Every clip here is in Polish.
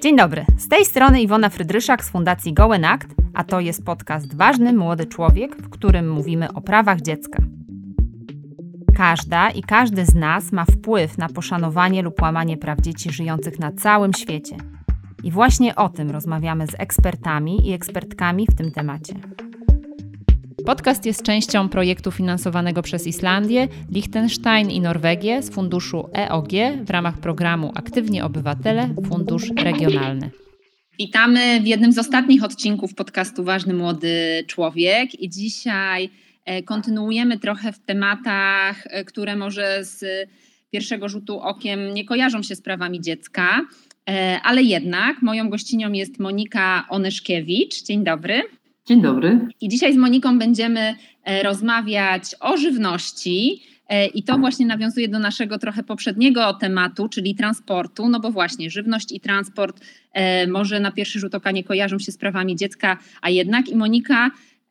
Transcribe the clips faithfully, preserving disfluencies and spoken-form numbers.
Dzień dobry, z tej strony Iwona Frydryszak z Fundacji Go and Act, a to jest podcast Ważny Młody Człowiek, w którym mówimy o prawach dziecka. Każda i każdy z nas ma wpływ na poszanowanie lub łamanie praw dzieci żyjących na całym świecie. I właśnie o tym rozmawiamy z ekspertami i ekspertkami w tym temacie. Podcast jest częścią projektu finansowanego przez Islandię, Liechtenstein i Norwegię z funduszu E O G w ramach programu Aktywni Obywatele – Fundusz Regionalny. Witamy w jednym z ostatnich odcinków podcastu Ważny Młody Człowiek i dzisiaj kontynuujemy trochę w tematach, które może z pierwszego rzutu okiem nie kojarzą się z prawami dziecka, ale jednak moją gościnią jest Monika Onyszkiewicz. Dzień dobry. Dzień dobry. I dzisiaj z Moniką będziemy rozmawiać o żywności i to właśnie nawiązuje do naszego trochę poprzedniego tematu, czyli transportu, no bo właśnie żywność i transport może na pierwszy rzut oka nie kojarzą się z prawami dziecka, a jednak i Monika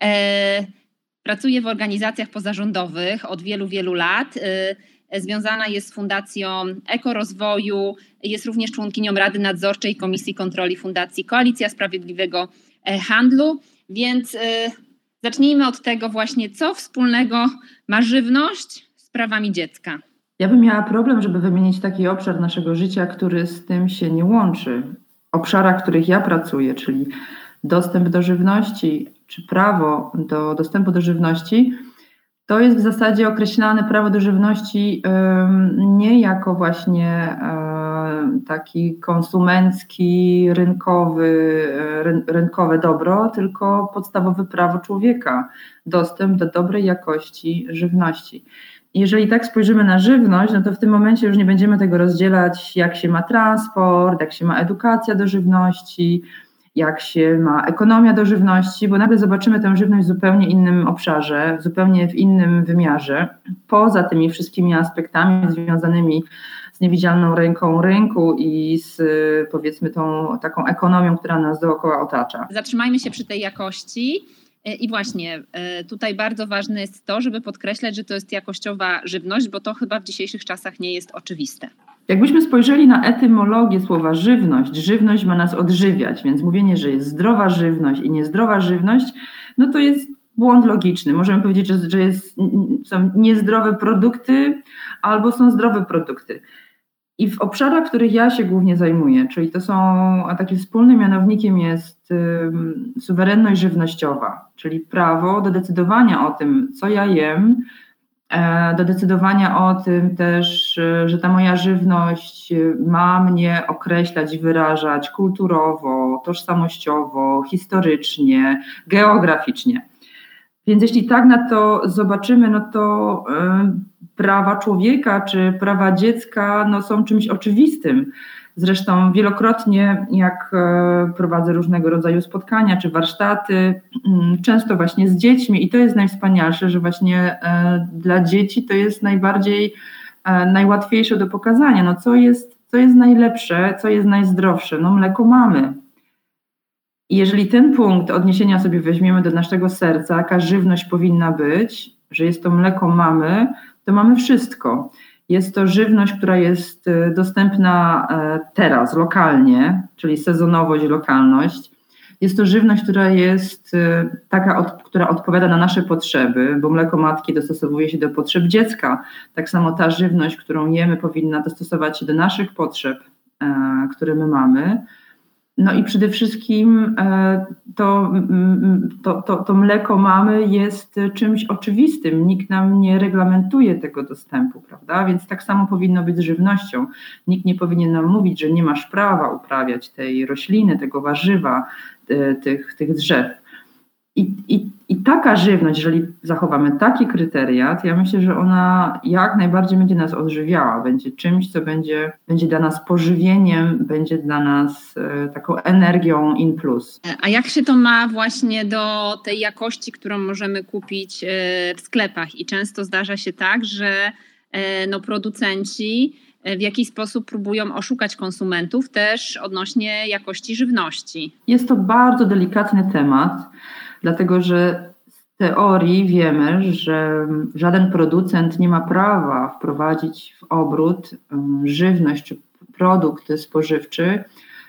pracuje w organizacjach pozarządowych od wielu, wielu lat. Związana jest z Fundacją Ekorozwoju, jest również członkinią Rady Nadzorczej Komisji Kontroli Fundacji Koalicja Sprawiedliwego Handlu. Więc y, zacznijmy od tego właśnie, co wspólnego ma żywność z prawami dziecka. Ja bym miała problem, żeby wymienić taki obszar naszego życia, który z tym się nie łączy. Obszarach, w których ja pracuję, czyli dostęp do żywności, czy prawo do dostępu do żywności, to jest w zasadzie określane prawo do żywności y, nie jako właśnie y, taki konsumencki, rynkowy, ry, rynkowe dobro, tylko podstawowe prawo człowieka, dostęp do dobrej jakości żywności. Jeżeli tak spojrzymy na żywność, no to w tym momencie już nie będziemy tego rozdzielać, jak się ma transport, jak się ma edukacja do żywności, jak się ma ekonomia do żywności, bo nagle zobaczymy tę żywność w zupełnie innym obszarze, zupełnie w innym wymiarze, poza tymi wszystkimi aspektami związanymi z niewidzialną ręką rynku i z, powiedzmy, tą taką ekonomią, która nas dookoła otacza. Zatrzymajmy się przy tej jakości. I właśnie tutaj bardzo ważne jest to, żeby podkreślać, że to jest jakościowa żywność, bo to chyba w dzisiejszych czasach nie jest oczywiste. Jakbyśmy spojrzeli na etymologię słowa żywność, żywność ma nas odżywiać, więc mówienie, że jest zdrowa żywność i niezdrowa żywność, no to jest błąd logiczny. Możemy powiedzieć, że, że jest, są niezdrowe produkty albo są zdrowe produkty. I w obszarach, w których ja się głównie zajmuję, czyli to są, a takim wspólnym mianownikiem jest y, suwerenność żywnościowa, czyli prawo do decydowania o tym, co ja jem, e, do decydowania o tym też, y, że ta moja żywność ma mnie określać i wyrażać kulturowo, tożsamościowo, historycznie, geograficznie. Więc jeśli tak na to zobaczymy, no to y, prawa człowieka czy prawa dziecka no, są czymś oczywistym. Zresztą wielokrotnie, jak y, prowadzę różnego rodzaju spotkania czy warsztaty, y, często właśnie z dziećmi i to jest najwspanialsze, że właśnie y, dla dzieci to jest najbardziej, y, najłatwiejsze do pokazania. No, co jest, co jest najlepsze, co jest najzdrowsze? No mleko mamy. I jeżeli ten punkt odniesienia sobie weźmiemy do naszego serca, jaka żywność powinna być, że jest to mleko mamy, to mamy wszystko. Jest to żywność, która jest dostępna teraz, lokalnie, czyli sezonowość, lokalność. Jest to żywność, która jest taka, od, która odpowiada na nasze potrzeby, bo mleko matki dostosowuje się do potrzeb dziecka. Tak samo ta żywność, którą jemy, powinna dostosować się do naszych potrzeb, które my mamy. No i przede wszystkim to, to, to, to mleko mamy jest czymś oczywistym. Nikt nam nie reglamentuje tego dostępu, prawda? Więc tak samo powinno być z żywnością. Nikt nie powinien nam mówić, że nie masz prawa uprawiać tej rośliny, tego warzywa, tych, tych drzew. I, i, I taka żywność, jeżeli zachowamy takie kryteria, to ja myślę, że ona jak najbardziej będzie nas odżywiała, będzie czymś, co będzie, będzie dla nas pożywieniem, będzie dla nas e, taką energią in plus. A jak się to ma właśnie do tej jakości, którą możemy kupić w sklepach? I często zdarza się tak, że no, producenci w jakiś sposób próbują oszukać konsumentów też odnośnie jakości żywności. Jest to bardzo delikatny temat, dlatego że z teorii wiemy, że żaden producent nie ma prawa wprowadzić w obrót żywność czy produkt spożywczy,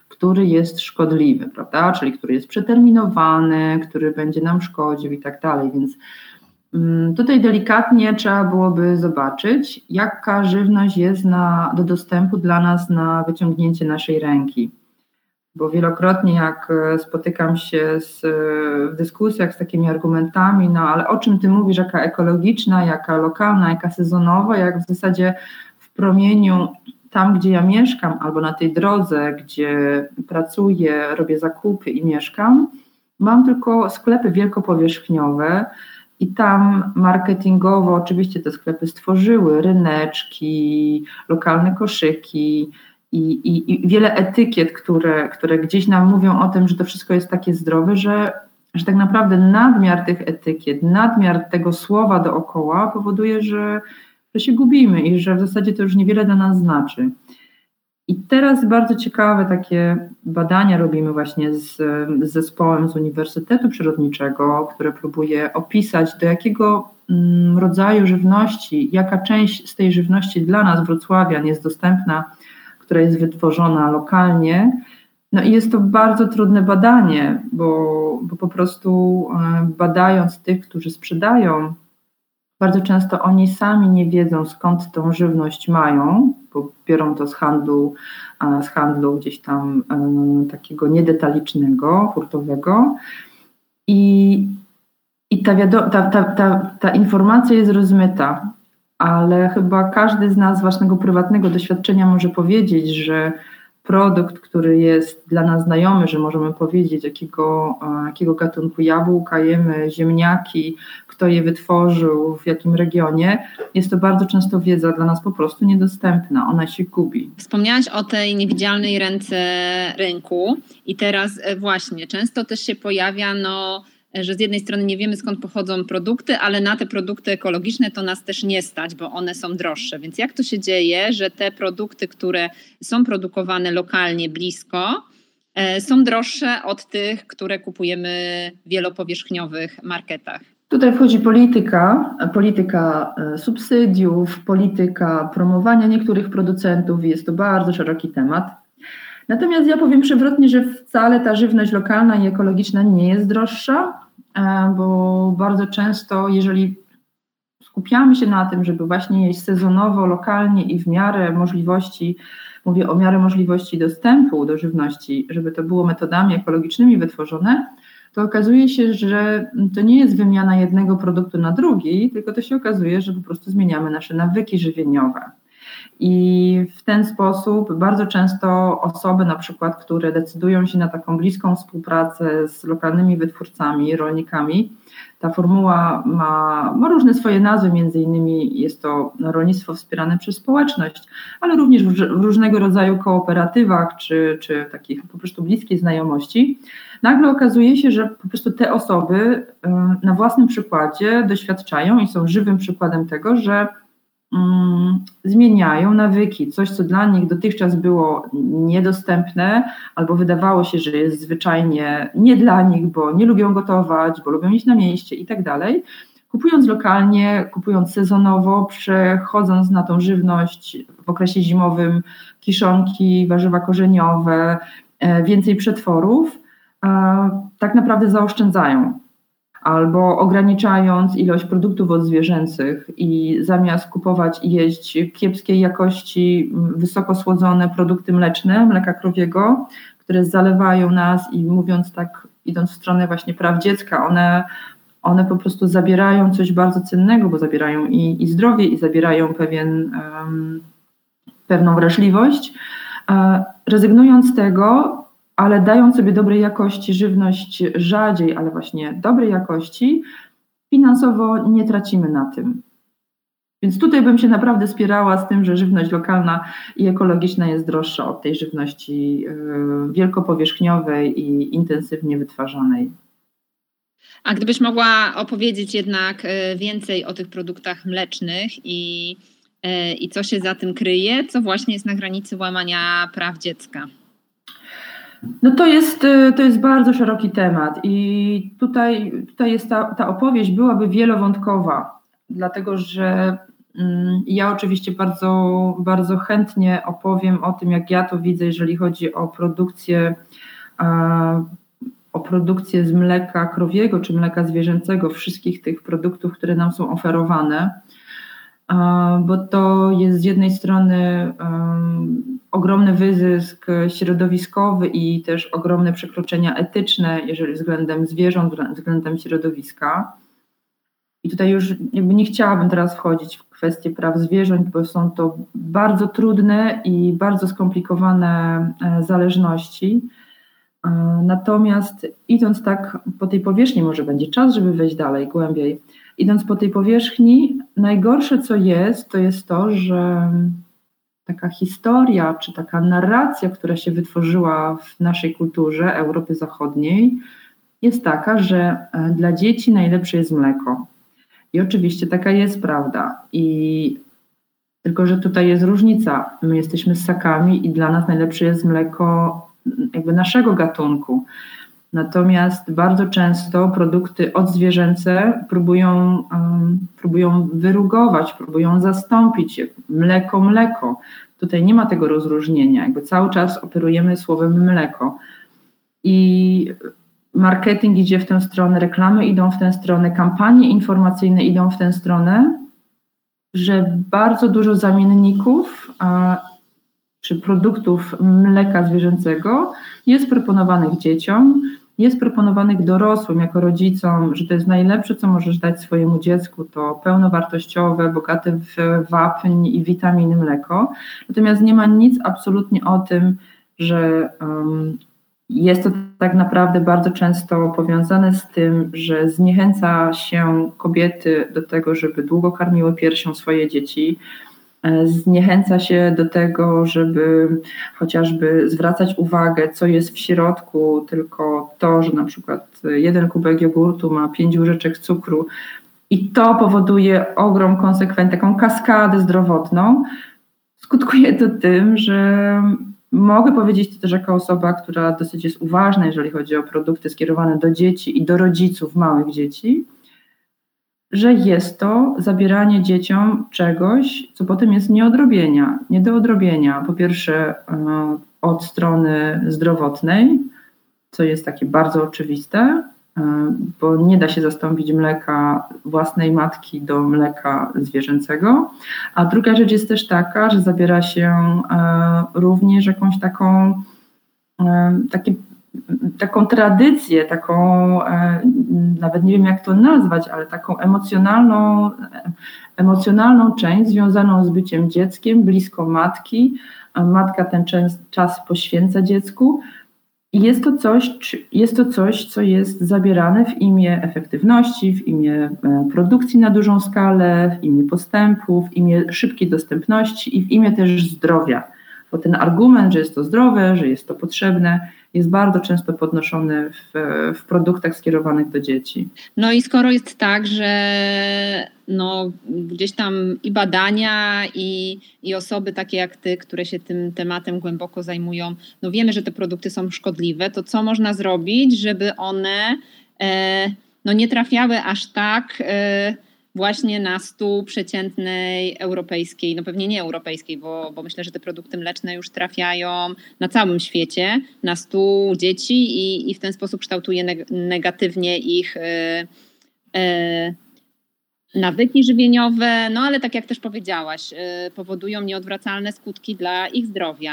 który jest szkodliwy, prawda? Czyli który jest przeterminowany, który będzie nam szkodził i tak dalej. Więc tutaj delikatnie trzeba byłoby zobaczyć, jaka żywność jest na, do dostępu dla nas na wyciągnięcie naszej ręki. Bo wielokrotnie jak spotykam się z, w dyskusjach z takimi argumentami, no ale o czym ty mówisz, jaka ekologiczna, jaka lokalna, jaka sezonowa, jak w zasadzie w promieniu tam, gdzie ja mieszkam, albo na tej drodze, gdzie pracuję, robię zakupy i mieszkam, mam tylko sklepy wielkopowierzchniowe i tam marketingowo oczywiście te sklepy stworzyły ryneczki, lokalne koszyki, I, i, i wiele etykiet, które, które gdzieś nam mówią o tym, że to wszystko jest takie zdrowe, że, że tak naprawdę nadmiar tych etykiet, nadmiar tego słowa dookoła powoduje, że, że się gubimy i że w zasadzie to już niewiele dla nas znaczy. I teraz bardzo ciekawe takie badania robimy właśnie z, z zespołem z Uniwersytetu Przyrodniczego, które próbuje opisać, do jakiego mm, rodzaju żywności, jaka część z tej żywności dla nas wrocławian jest dostępna, która jest wytworzona lokalnie. No i jest to bardzo trudne badanie, bo, bo po prostu badając tych, którzy sprzedają, bardzo często oni sami nie wiedzą, skąd tą żywność mają, bo biorą to z handlu, z handlu gdzieś tam takiego niedetalicznego, hurtowego. I, i ta, wiado- ta, ta, ta, ta informacja jest rozmyta. Ale chyba każdy z nas z własnego prywatnego doświadczenia może powiedzieć, że produkt, który jest dla nas znajomy, że możemy powiedzieć, jakiego, jakiego gatunku jabłka jemy, ziemniaki, kto je wytworzył, w jakim regionie, jest to bardzo często wiedza dla nas po prostu niedostępna, ona się gubi. Wspomniałaś o tej niewidzialnej ręce rynku i teraz właśnie często też się pojawia, no, że z jednej strony nie wiemy, skąd pochodzą produkty, ale na te produkty ekologiczne to nas też nie stać, bo one są droższe. Więc jak to się dzieje, że te produkty, które są produkowane lokalnie, blisko, są droższe od tych, które kupujemy w wielopowierzchniowych marketach? Tutaj wchodzi polityka, polityka subsydiów, polityka promowania niektórych producentów. Jest to bardzo szeroki temat. Natomiast ja powiem przewrotnie, że wcale ta żywność lokalna i ekologiczna nie jest droższa, bo bardzo często, jeżeli skupiamy się na tym, żeby właśnie jeść sezonowo, lokalnie i w miarę możliwości, mówię o miarę możliwości dostępu do żywności, żeby to było metodami ekologicznymi wytworzone, to okazuje się, że to nie jest wymiana jednego produktu na drugi, tylko to się okazuje, że po prostu zmieniamy nasze nawyki żywieniowe. I w ten sposób bardzo często osoby, na przykład, które decydują się na taką bliską współpracę z lokalnymi wytwórcami, rolnikami, ta formuła ma, ma różne swoje nazwy, między innymi jest to rolnictwo wspierane przez społeczność, ale również w różnego rodzaju kooperatywach czy, czy takich po prostu bliskiej znajomości. Nagle okazuje się, że po prostu te osoby na własnym przykładzie doświadczają i są żywym przykładem tego, że zmieniają nawyki, coś co dla nich dotychczas było niedostępne albo wydawało się, że jest zwyczajnie nie dla nich, bo nie lubią gotować, bo lubią iść na mieście i tak dalej. Kupując lokalnie, kupując sezonowo, przechodząc na tą żywność w okresie zimowym, kiszonki, warzywa korzeniowe, więcej przetworów, tak naprawdę zaoszczędzają. Albo ograniczając ilość produktów odzwierzęcych i zamiast kupować i jeść kiepskiej jakości, wysoko słodzone produkty mleczne, mleka krowiego, które zalewają nas i mówiąc tak, idąc w stronę właśnie praw dziecka, one, one po prostu zabierają coś bardzo cennego, bo zabierają i, i zdrowie, i zabierają pewien, um, pewną wrażliwość. E, rezygnując z tego, ale dając sobie dobrej jakości żywność rzadziej, ale właśnie dobrej jakości, finansowo nie tracimy na tym. Więc tutaj bym się naprawdę spierała z tym, że żywność lokalna i ekologiczna jest droższa od tej żywności wielkopowierzchniowej i intensywnie wytwarzanej. A gdybyś mogła opowiedzieć jednak więcej o tych produktach mlecznych i, i co się za tym kryje, co właśnie jest na granicy łamania praw dziecka? No to jest, to jest bardzo szeroki temat i tutaj, tutaj jest ta, ta opowieść byłaby wielowątkowa, dlatego że Ja oczywiście bardzo, bardzo chętnie opowiem o tym, jak ja to widzę, jeżeli chodzi o produkcję, o produkcję z mleka krowiego czy mleka zwierzęcego, wszystkich tych produktów, które nam są oferowane, bo to jest z jednej strony ogromny wyzysk środowiskowy i też ogromne przekroczenia etyczne, jeżeli względem zwierząt, względem środowiska. I tutaj już jakby nie chciałabym teraz wchodzić w kwestie praw zwierząt, bo są to bardzo trudne i bardzo skomplikowane zależności. Natomiast idąc tak po tej powierzchni, może będzie czas, żeby wejść dalej, głębiej. Idąc po tej powierzchni, najgorsze co jest, to jest to, że taka historia czy taka narracja, która się wytworzyła w naszej kulturze Europy Zachodniej, jest taka, że dla dzieci najlepsze jest mleko. I oczywiście taka jest prawda. I tylko, że tutaj jest różnica. My jesteśmy ssakami i dla nas najlepsze jest mleko jakby naszego gatunku. Natomiast bardzo często produkty odzwierzęce próbują, um, próbują wyrugować, próbują zastąpić mleko, mleko. Tutaj nie ma tego rozróżnienia. Jakby cały czas operujemy słowem mleko. I marketing idzie w tę stronę, reklamy idą w tę stronę, kampanie informacyjne idą w tę stronę, że bardzo dużo zamienników a, czy produktów mleka zwierzęcego jest proponowanych dzieciom, jest proponowanych dorosłym jako rodzicom, że to jest najlepsze, co możesz dać swojemu dziecku, to pełnowartościowe, bogate w wapń i witaminy mleko. Natomiast nie ma nic absolutnie o tym, że um, jest to tak naprawdę bardzo często powiązane z tym, że zniechęca się kobiety do tego, żeby długo karmiły piersią swoje dzieci, zniechęca się do tego, żeby chociażby zwracać uwagę, co jest w środku, tylko to, że na przykład jeden kubek jogurtu ma pięć łyżeczek cukru i to powoduje ogrom konsekwencji, taką kaskadę zdrowotną. Skutkuje to tym, że mogę powiedzieć to też jako osoba, która dosyć jest uważna, jeżeli chodzi o produkty skierowane do dzieci i do rodziców małych dzieci, że jest to zabieranie dzieciom czegoś, co potem jest nie odrobienia, nie do odrobienia. Po pierwsze od strony zdrowotnej, co jest takie bardzo oczywiste, bo nie da się zastąpić mleka własnej matki do mleka zwierzęcego. A druga rzecz jest też taka, że zabiera się również jakąś taką, takie, taką tradycję, taką, nawet nie wiem jak to nazwać, ale taką emocjonalną, emocjonalną część związaną z byciem dzieckiem, blisko matki. Matka ten czas poświęca dziecku. I jest to coś, jest to coś, co jest zabierane w imię efektywności, w imię produkcji na dużą skalę, w imię postępu, w imię szybkiej dostępności i w imię też zdrowia. Bo ten argument, że jest to zdrowe, że jest to potrzebne, jest bardzo często podnoszony w, w produktach skierowanych do dzieci. No i skoro jest tak, że no, gdzieś tam i badania, i, i osoby takie jak ty, które się tym tematem głęboko zajmują, no wiemy, że te produkty są szkodliwe, to co można zrobić, żeby one e, no nie trafiały aż tak e, właśnie na stół przeciętnej europejskiej, no pewnie nie europejskiej, bo, bo myślę, że te produkty mleczne już trafiają na całym świecie, na stół dzieci i, i w ten sposób kształtuje negatywnie ich e, e, nawyki żywieniowe, no ale tak jak też powiedziałaś, e, powodują nieodwracalne skutki dla ich zdrowia.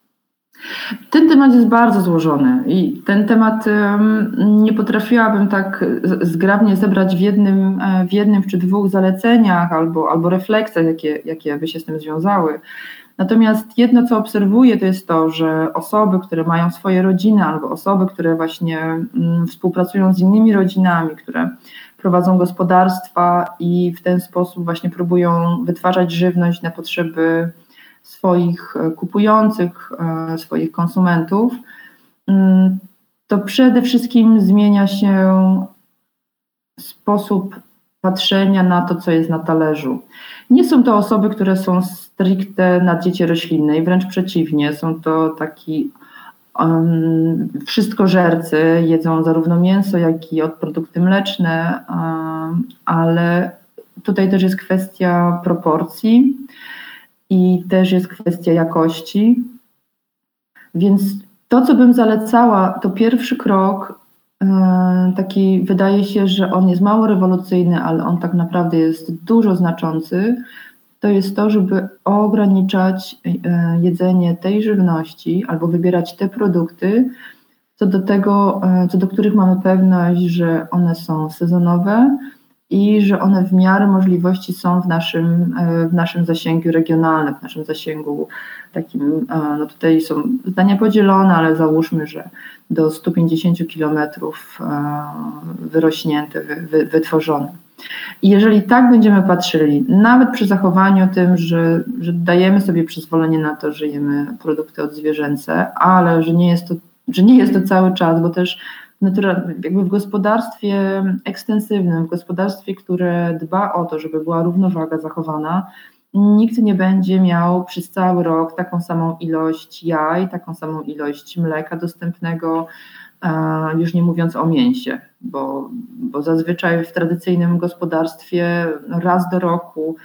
Ten temat jest bardzo złożony i ten temat nie potrafiłabym tak zgrabnie zebrać w jednym, w jednym czy dwóch zaleceniach albo, albo refleksjach, jakie, jakie by się z tym związały. Natomiast jedno, co obserwuję, to jest to, że osoby, które mają swoje rodziny albo osoby, które właśnie współpracują z innymi rodzinami, które prowadzą gospodarstwa i w ten sposób właśnie próbują wytwarzać żywność na potrzeby swoich kupujących, swoich konsumentów, to przede wszystkim zmienia się sposób patrzenia na to, co jest na talerzu. Nie są to osoby, które są stricte na diecie roślinnej, wręcz przeciwnie, są to taki um, wszystkożercy, jedzą zarówno mięso, jak i produkty mleczne, um, ale tutaj też jest kwestia proporcji i też jest kwestia jakości. Więc to, co bym zalecała, to pierwszy krok, taki wydaje się, że on jest mało rewolucyjny, ale on tak naprawdę jest dużo znaczący, to jest to, żeby ograniczać jedzenie tej żywności albo wybierać te produkty, co do tego, co do których mamy pewność, że one są sezonowe i że one w miarę możliwości są w naszym, w naszym zasięgu regionalnym, w naszym zasięgu takim, no tutaj są zdania podzielone, ale załóżmy, że do stu pięćdziesięciu kilometrów wyrośnięte, wy, wytworzone. I jeżeli tak będziemy patrzyli, nawet przy zachowaniu tym, że, że dajemy sobie przyzwolenie na to, że jemy produkty odzwierzęce, ale że nie jest to, że nie jest to cały czas, bo też natura, jakby w gospodarstwie ekstensywnym, w gospodarstwie, które dba o to, żeby była równowaga zachowana, nikt nie będzie miał przez cały rok taką samą ilość jaj, taką samą ilość mleka dostępnego, już nie mówiąc o mięsie, bo, bo zazwyczaj w tradycyjnym gospodarstwie raz do roku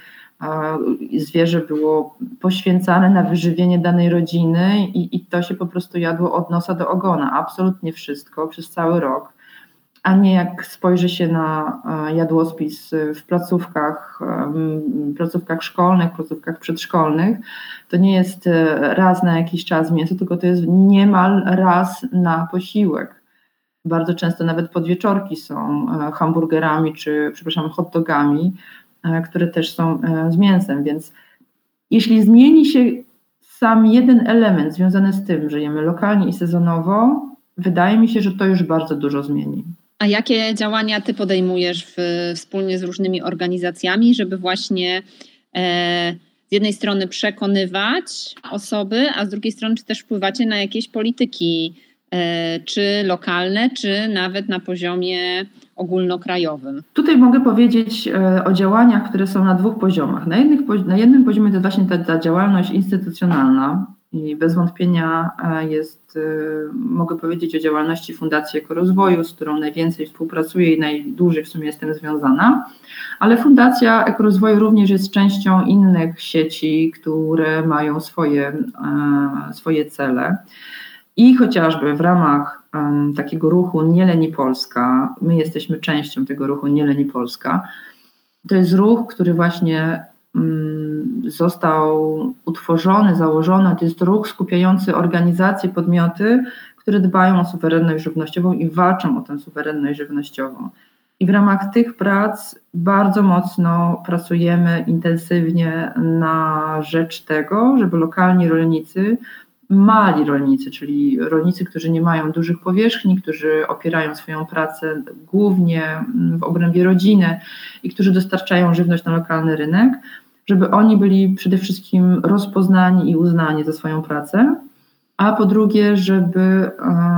zwierzę było poświęcane na wyżywienie danej rodziny i, i to się po prostu jadło od nosa do ogona, absolutnie wszystko przez cały rok, a nie jak spojrzy się na jadłospis w placówkach, placówkach szkolnych, placówkach przedszkolnych, to nie jest raz na jakiś czas mięso, tylko to jest niemal raz na posiłek. Bardzo często nawet podwieczorki są hamburgerami czy, przepraszam, hot dogami, które też są z mięsem, więc jeśli zmieni się sam jeden element związany z tym, że jemy lokalnie i sezonowo, wydaje mi się, że to już bardzo dużo zmieni. A jakie działania ty podejmujesz w, wspólnie z różnymi organizacjami, żeby właśnie e, z jednej strony przekonywać osoby, a z drugiej strony czy też wpływacie na jakieś polityki, e, czy lokalne, czy nawet na poziomie ogólnokrajowym? Tutaj mogę powiedzieć e, o działaniach, które są na dwóch poziomach. Na, jednych, na jednym poziomie to jest właśnie ta, ta działalność instytucjonalna i bez wątpienia jest, mogę powiedzieć o działalności Fundacji Ekorozwoju, z którą najwięcej współpracuję i najdłużej w sumie jestem związana, ale Fundacja Ekorozwoju również jest częścią innych sieci, które mają swoje, swoje cele i chociażby w ramach takiego ruchu Nie Leni Polska, my jesteśmy częścią tego ruchu Nie Leni Polska, to jest ruch, który właśnie został utworzony, założony, to jest ruch skupiający organizacje, podmioty, które dbają o suwerenność żywnościową i walczą o tę suwerenność żywnościową. I w ramach tych prac bardzo mocno pracujemy intensywnie na rzecz tego, żeby lokalni rolnicy, mali rolnicy, czyli rolnicy, którzy nie mają dużych powierzchni, którzy opierają swoją pracę głównie w obrębie rodziny i którzy dostarczają żywność na lokalny rynek, żeby oni byli przede wszystkim rozpoznani i uznani za swoją pracę, a po drugie, żeby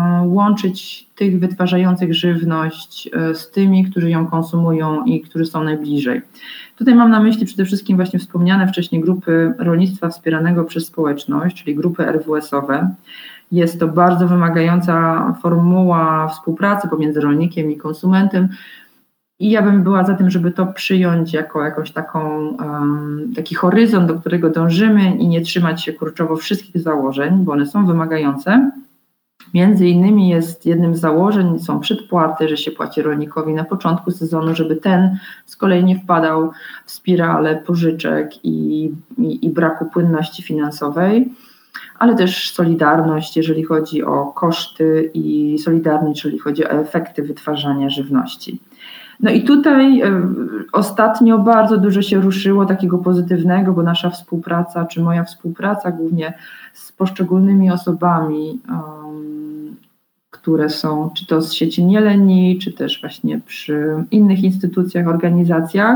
łączyć tych wytwarzających żywność z tymi, którzy ją konsumują i którzy są najbliżej. Tutaj mam na myśli przede wszystkim właśnie wspomniane wcześniej grupy rolnictwa wspieranego przez społeczność, czyli grupy er wu esowe. Jest to bardzo wymagająca formuła współpracy pomiędzy rolnikiem i konsumentem i ja bym była za tym, żeby to przyjąć jako jakąś taką, um, taki horyzont, do którego dążymy i nie trzymać się kurczowo wszystkich założeń, bo one są wymagające. Między innymi jest jednym z założeń, są przedpłaty, że się płaci rolnikowi na początku sezonu, żeby ten z kolei nie wpadał w spiralę pożyczek i, i, i braku płynności finansowej, ale też solidarność, jeżeli chodzi o koszty i solidarność, jeżeli chodzi o efekty wytwarzania żywności. No i tutaj y, ostatnio bardzo dużo się ruszyło takiego pozytywnego, bo nasza współpraca, czy moja współpraca głównie z poszczególnymi osobami, um, które są czy to z sieci Nie Leni, czy też właśnie przy innych instytucjach, organizacjach,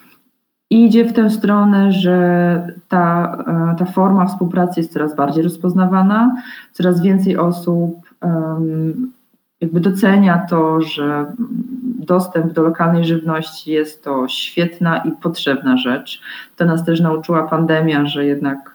idzie w tę stronę, że ta, ta forma współpracy jest coraz bardziej rozpoznawana, coraz więcej osób um, jakby docenia to, że dostęp do lokalnej żywności jest to świetna i potrzebna rzecz. To nas też nauczyła pandemia, że jednak,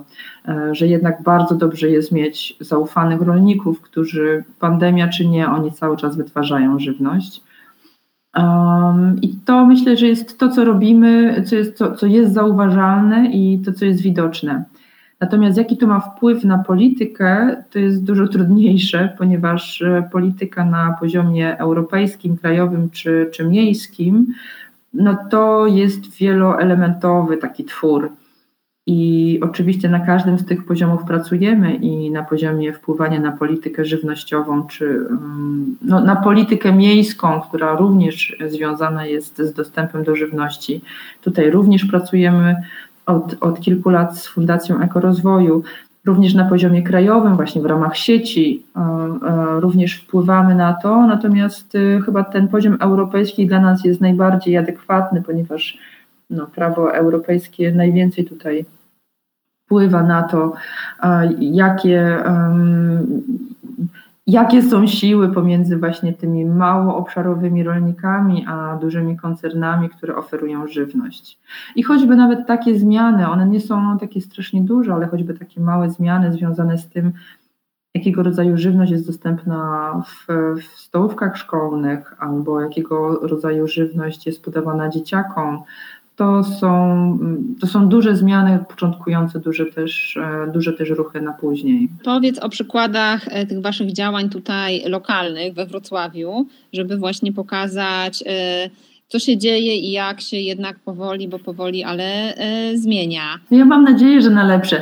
że jednak bardzo dobrze jest mieć zaufanych rolników, którzy pandemia czy nie, oni cały czas wytwarzają żywność. Um, I to myślę, że jest to, co robimy, co jest, co, co jest zauważalne i to, co jest widoczne. Natomiast jaki to ma wpływ na politykę, to jest dużo trudniejsze, ponieważ polityka na poziomie europejskim, krajowym czy, czy miejskim, no to jest wieloelementowy taki twór. I oczywiście na każdym z tych poziomów pracujemy i na poziomie wpływania na politykę żywnościową, czy no, na politykę miejską, która również związana jest z dostępem do żywności. Tutaj również pracujemy od, od kilku lat z Fundacją Ekorozwoju, również na poziomie krajowym, właśnie w ramach sieci, również wpływamy na to, natomiast chyba ten poziom europejski dla nas jest najbardziej adekwatny, ponieważ no, prawo europejskie najwięcej tutaj wpływa na to, jakie, jakie są siły pomiędzy właśnie tymi małoobszarowymi rolnikami, a dużymi koncernami, które oferują żywność. I choćby nawet takie zmiany, one nie są takie strasznie duże, ale choćby takie małe zmiany związane z tym, jakiego rodzaju żywność jest dostępna w, w stołówkach szkolnych, albo jakiego rodzaju żywność jest podawana dzieciakom, To są, to są duże zmiany początkujące, duże też, duże też ruchy na później. Powiedz o przykładach tych waszych działań tutaj lokalnych we Wrocławiu, żeby właśnie pokazać, co się dzieje i jak się jednak powoli, bo powoli, ale zmienia. Ja mam nadzieję, że na lepsze.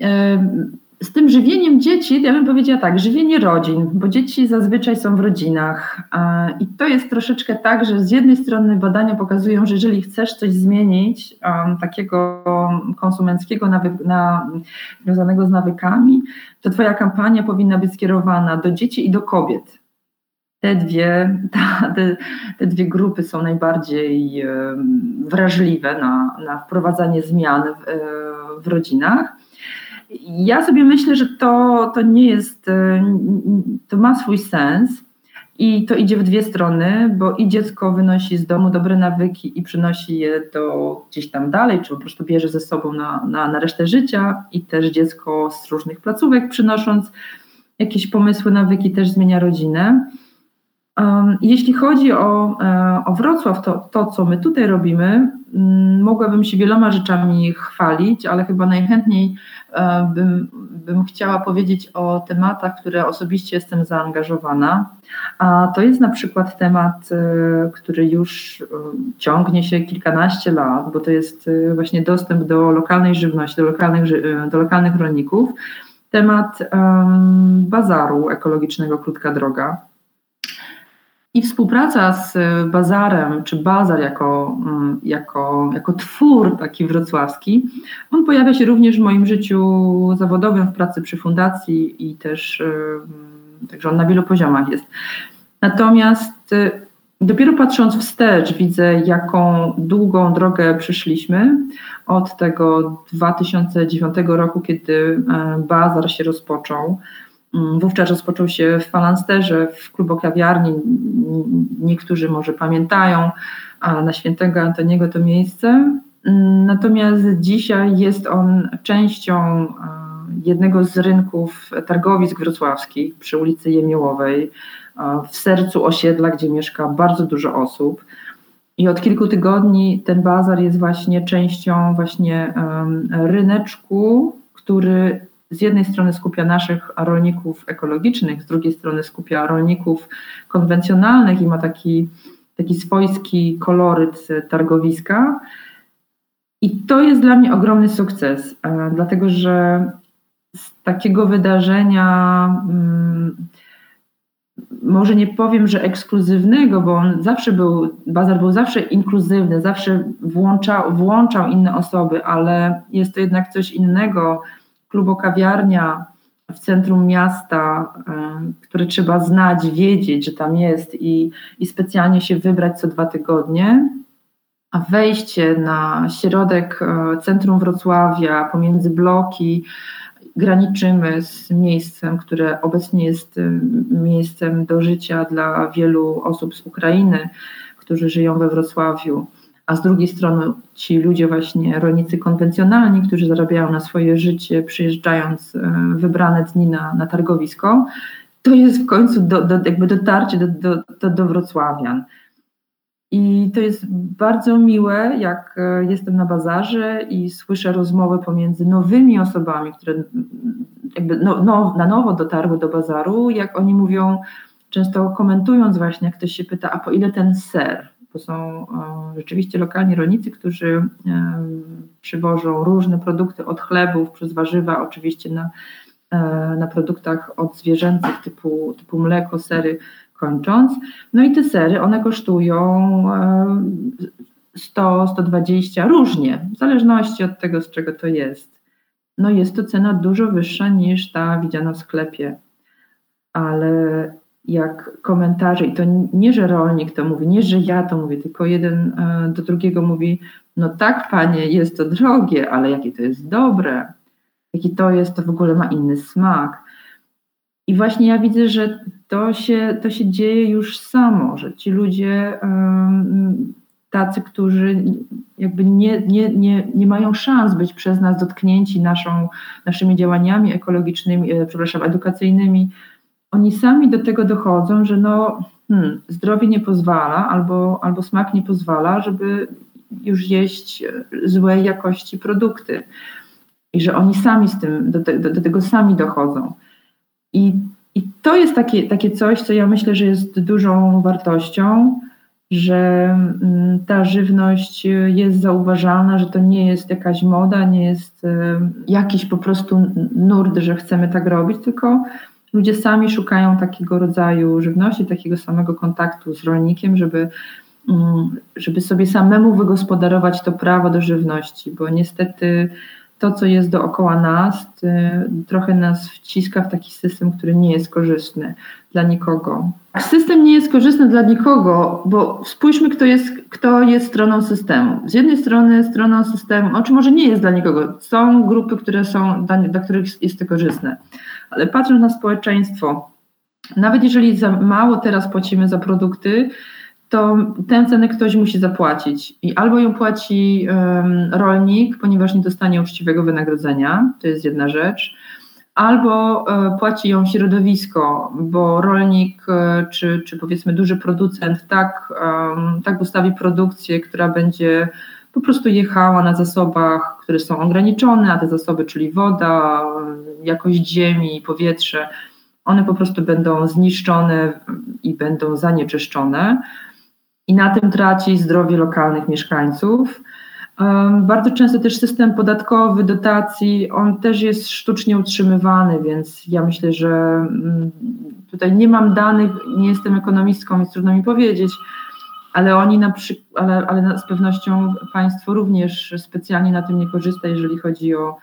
Z tym żywieniem dzieci, ja bym powiedziała tak, żywienie rodzin, bo dzieci zazwyczaj są w rodzinach i to jest troszeczkę tak, że z jednej strony badania pokazują, że jeżeli chcesz coś zmienić, um, takiego konsumenckiego, nawy- na, związanego z nawykami, to twoja kampania powinna być skierowana do dzieci i do kobiet. Te dwie, ta, te, te dwie grupy są najbardziej um, wrażliwe na, na wprowadzanie zmian w, w rodzinach. Ja sobie myślę, że to, to nie jest, to ma swój sens i to idzie w dwie strony, bo i dziecko wynosi z domu dobre nawyki i przynosi je do gdzieś tam dalej, czy po prostu bierze ze sobą na, na, na resztę życia, i też dziecko z różnych placówek przynosząc jakieś pomysły, nawyki też zmienia rodzinę. Um, jeśli chodzi o, o Wrocław, to, to co my tutaj robimy, um, mogłabym się wieloma rzeczami chwalić, ale chyba najchętniej um, bym, bym chciała powiedzieć o tematach, w które osobiście jestem zaangażowana. A to jest na przykład temat, y, który już y, ciągnie się kilkanaście lat, bo to jest y, właśnie dostęp do lokalnej żywności, do lokalnych, y, do lokalnych rolników. Temat um, bazaru ekologicznego Krótka Droga. I współpraca z bazarem, czy bazar jako, jako, jako twór taki wrocławski, on pojawia się również w moim życiu zawodowym, w pracy przy fundacji i też, także on na wielu poziomach jest. Natomiast dopiero patrząc wstecz widzę, jaką długą drogę przeszliśmy od tego dwa tysiące dziewiątego roku, kiedy bazar się rozpoczął. Wówczas rozpoczął się w Falansterze, w klubokawiarni. Niektórzy może pamiętają, a na Świętego Antoniego to miejsce. Natomiast dzisiaj jest on częścią jednego z rynków targowisk wrocławskich przy ulicy Jemiołowej, w sercu osiedla, gdzie mieszka bardzo dużo osób. I od kilku tygodni ten bazar jest właśnie częścią właśnie ryneczku, który z jednej strony skupia naszych rolników ekologicznych, z drugiej strony skupia rolników konwencjonalnych i ma taki, taki swojski koloryt targowiska. I to jest dla mnie ogromny sukces, dlatego że z takiego wydarzenia, może nie powiem, że ekskluzywnego, bo on zawsze był, bazar był zawsze inkluzywny, zawsze włączał, włączał inne osoby, ale jest to jednak coś innego, klubokawiarnia w centrum miasta, które trzeba znać, wiedzieć, że tam jest i, i specjalnie się wybrać co dwa tygodnie, a wejście na środek centrum Wrocławia, pomiędzy bloki, graniczymy z miejscem, które obecnie jest miejscem do życia dla wielu osób z Ukrainy, którzy żyją we Wrocławiu, a z drugiej strony ci ludzie właśnie, rolnicy konwencjonalni, którzy zarabiają na swoje życie, przyjeżdżając wybrane dni na, na targowisko, to jest w końcu do, do, jakby dotarcie do, do, do, do wrocławian. I to jest bardzo miłe, jak jestem na bazarze i słyszę rozmowy pomiędzy nowymi osobami, które jakby no, no, na nowo dotarły do bazaru, jak oni mówią, często komentując właśnie, jak ktoś się pyta, a po ile ten ser? Bo są o, rzeczywiście lokalni rolnicy, którzy e, przywożą różne produkty od chlebów przez warzywa, oczywiście na, e, na produktach odzwierzęcych typu, typu mleko, sery kończąc. No i te sery, one kosztują e, sto, sto dwadzieścia, różnie, w zależności od tego, z czego to jest. No jest to cena dużo wyższa niż ta widziana w sklepie, ale jak komentarze, i to nie, że rolnik to mówi, nie, że ja to mówię, tylko jeden do drugiego mówi, no tak panie, jest to drogie, ale jakie to jest dobre, jaki to jest, to w ogóle ma inny smak. I właśnie ja widzę, że to się, to się dzieje już samo, że ci ludzie um, tacy, którzy jakby nie, nie, nie, nie mają szans być przez nas dotknięci naszą, naszymi działaniami ekologicznymi, przepraszam, edukacyjnymi, oni sami do tego dochodzą, że no, hmm, zdrowie nie pozwala albo, albo smak nie pozwala, żeby już jeść złej jakości produkty. I że oni sami z tym, do, te, do, do tego sami dochodzą. I, i to jest takie, takie coś, co ja myślę, że jest dużą wartością, że ta żywność jest zauważalna, że to nie jest jakaś moda, nie jest jakiś po prostu nurt, że chcemy tak robić, tylko ludzie sami szukają takiego rodzaju żywności, takiego samego kontaktu z rolnikiem, żeby, żeby sobie samemu wygospodarować to prawo do żywności, bo niestety to, co jest dookoła nas, trochę nas wciska w taki system, który nie jest korzystny dla nikogo. System nie jest korzystny dla nikogo, bo spójrzmy, kto jest, kto jest stroną systemu. Z jednej strony stroną systemu, czy może nie jest dla nikogo, są grupy, które są, dla, dla których jest to korzystne, ale patrząc na społeczeństwo, nawet jeżeli za mało teraz płacimy za produkty, to tę cenę ktoś musi zapłacić i albo ją płaci um, rolnik, ponieważ nie dostanie uczciwego wynagrodzenia, to jest jedna rzecz, albo e, płaci ją środowisko, bo rolnik e, czy, czy powiedzmy duży producent tak, um, tak ustawi produkcję, która będzie po prostu jechała na zasobach, które są ograniczone, a te zasoby, czyli woda, jakość ziemi, powietrze, one po prostu będą zniszczone i będą zanieczyszczone. I na tym traci zdrowie lokalnych mieszkańców. Um, bardzo często też system podatkowy, dotacji, on też jest sztucznie utrzymywany, więc ja myślę, że um, tutaj nie mam danych, nie jestem ekonomistką, więc trudno mi powiedzieć, ale oni na przykład, ale, ale z pewnością państwo również specjalnie na tym nie korzysta, jeżeli chodzi o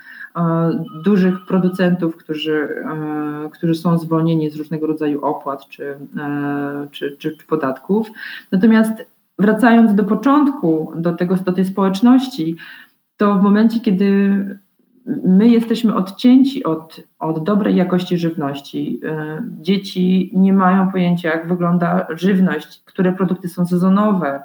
dużych producentów, którzy, którzy są zwolnieni z różnego rodzaju opłat czy, czy, czy, czy podatków. Natomiast wracając do początku, do, tego, do tej społeczności, to w momencie, kiedy my jesteśmy odcięci od, od dobrej jakości żywności, dzieci nie mają pojęcia, jak wygląda żywność, które produkty są sezonowe,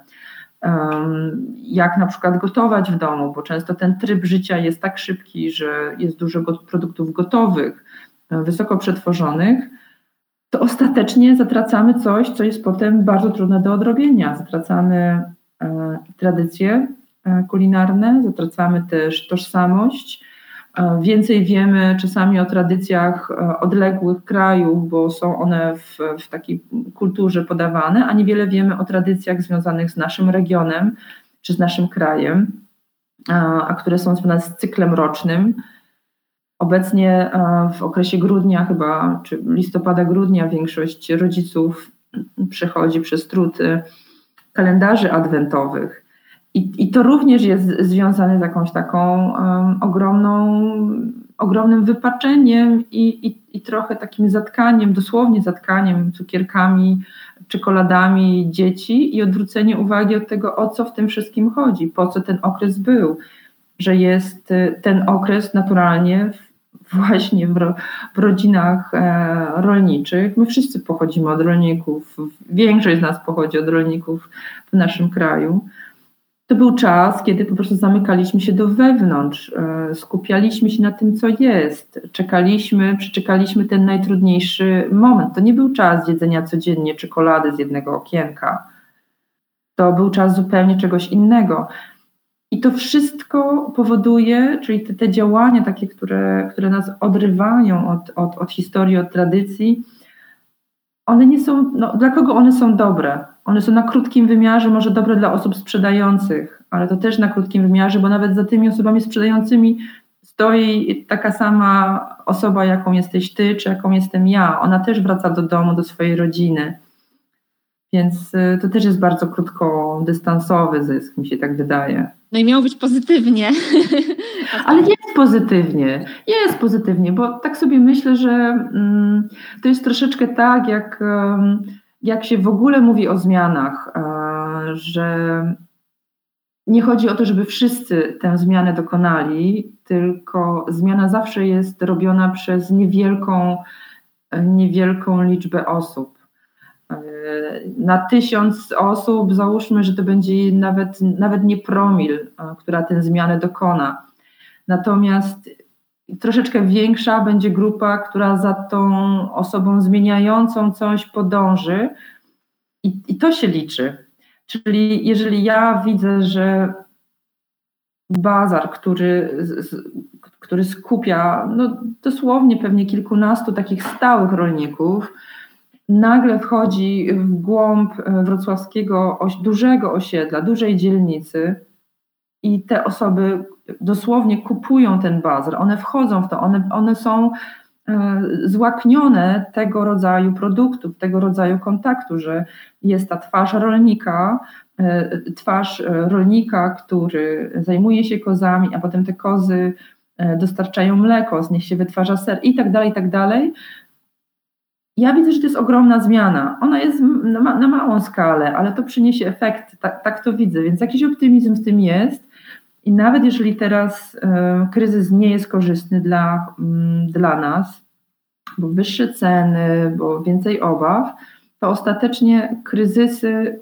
jak na przykład gotować w domu, bo często ten tryb życia jest tak szybki, że jest dużo produktów gotowych, wysoko przetworzonych, to ostatecznie zatracamy coś, co jest potem bardzo trudne do odrobienia. Zatracamy tradycje kulinarne, zatracamy też tożsamość. Więcej wiemy czasami o tradycjach odległych krajów, bo są one w, w takiej kulturze podawane, a niewiele wiemy o tradycjach związanych z naszym regionem czy z naszym krajem, a, a które są związane z cyklem rocznym. Obecnie w okresie grudnia chyba, czy listopada, grudnia większość rodziców przechodzi przez trud kalendarzy adwentowych. I, I to również jest związane z jakąś taką um, ogromną, ogromnym wypaczeniem i, i, i trochę takim zatkaniem, dosłownie zatkaniem cukierkami, czekoladami dzieci i odwrócenie uwagi od tego, o co w tym wszystkim chodzi, po co ten okres był, że jest ten okres naturalnie właśnie w, ro, w rodzinach e, rolniczych. My wszyscy pochodzimy od rolników, większość z nas pochodzi od rolników w naszym kraju. To był czas, kiedy po prostu zamykaliśmy się do wewnątrz, skupialiśmy się na tym, co jest, czekaliśmy, przeczekaliśmy ten najtrudniejszy moment. To nie był czas jedzenia codziennie czekolady z jednego okienka. to był czas zupełnie czegoś innego. I to wszystko powoduje, czyli te, te działania takie, które, które nas odrywają od, od, od historii, od tradycji, one nie są, no, dla kogo one są dobre? One są na krótkim wymiarze, może dobre dla osób sprzedających, ale to też na krótkim wymiarze, bo nawet za tymi osobami sprzedającymi stoi taka sama osoba, jaką jesteś ty, czy jaką jestem ja. Ona też wraca do domu, do swojej rodziny. Więc to też jest bardzo krótkodystansowy zysk, mi się tak wydaje. No i miało być pozytywnie. Ale jest pozytywnie, jest pozytywnie, bo tak sobie myślę, że mm, to jest troszeczkę tak, jak, jak się w ogóle mówi o zmianach, e, że nie chodzi o to, żeby wszyscy tę zmianę dokonali, tylko zmiana zawsze jest robiona przez niewielką, niewielką liczbę osób. Na tysiąc osób załóżmy, że to będzie nawet, nawet nie promil, która tę zmianę dokona. Natomiast troszeczkę większa będzie grupa, która za tą osobą zmieniającą coś podąży i, i to się liczy. Czyli jeżeli ja widzę, że bazar, który, który skupia no, dosłownie pewnie kilkunastu takich stałych rolników, nagle wchodzi w głąb wrocławskiego dużego osiedla, dużej dzielnicy i te osoby dosłownie kupują ten bazar, one wchodzą w to, one, one są złaknione tego rodzaju produktów, tego rodzaju kontaktu, że jest ta twarz rolnika, twarz rolnika, który zajmuje się kozami, a potem te kozy dostarczają mleko, z nich się wytwarza ser i tak dalej, i tak dalej. Ja widzę, że to jest ogromna zmiana. Ona jest na, ma, na małą skalę, ale to przyniesie efekt, tak, tak to widzę, więc jakiś optymizm w tym jest. I nawet jeżeli teraz e, kryzys nie jest korzystny dla, m, dla nas, bo wyższe ceny, bo więcej obaw, to ostatecznie kryzysy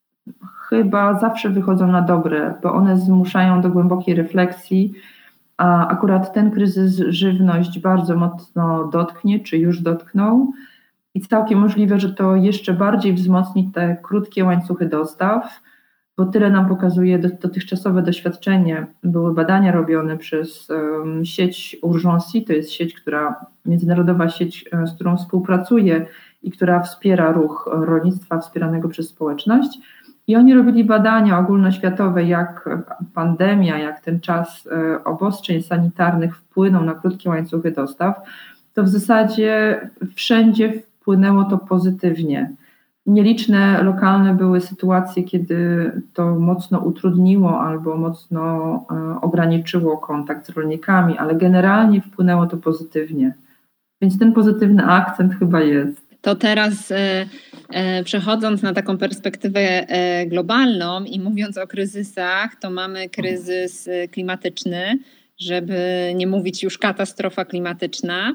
chyba zawsze wychodzą na dobre, bo one zmuszają do głębokiej refleksji, a akurat ten kryzys żywność bardzo mocno dotknie, czy już dotknął i całkiem możliwe, że to jeszcze bardziej wzmocni te krótkie łańcuchy dostaw, bo tyle nam pokazuje dotychczasowe doświadczenie. Były badania robione przez um, sieć Urgency, to jest sieć, która, międzynarodowa sieć, z którą współpracuję i która wspiera ruch rolnictwa wspieranego przez społeczność. I oni robili badania ogólnoświatowe, jak pandemia, jak ten czas obostrzeń sanitarnych wpłynął na krótkie łańcuchy dostaw, to w zasadzie wszędzie wpłynęło to pozytywnie. Nieliczne lokalne były sytuacje, kiedy to mocno utrudniło albo mocno ograniczyło kontakt z rolnikami, ale generalnie wpłynęło to pozytywnie. Więc ten pozytywny akcent chyba jest. To teraz e, e, przechodząc na taką perspektywę e, globalną i mówiąc o kryzysach, to mamy kryzys klimatyczny, żeby nie mówić już katastrofa klimatyczna.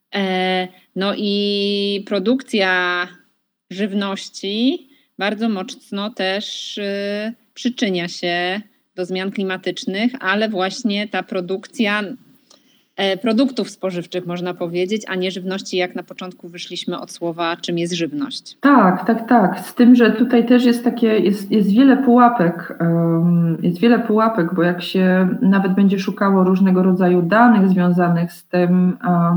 E, no i produkcja żywności bardzo mocno też e, przyczynia się do zmian klimatycznych, ale właśnie ta produkcja produktów spożywczych, można powiedzieć, a nie żywności, jak na początku wyszliśmy od słowa, czym jest żywność. Tak, tak, tak. Z tym, że tutaj też jest takie, jest, jest wiele pułapek, jest wiele pułapek, bo jak się nawet będzie szukało różnego rodzaju danych związanych z tym,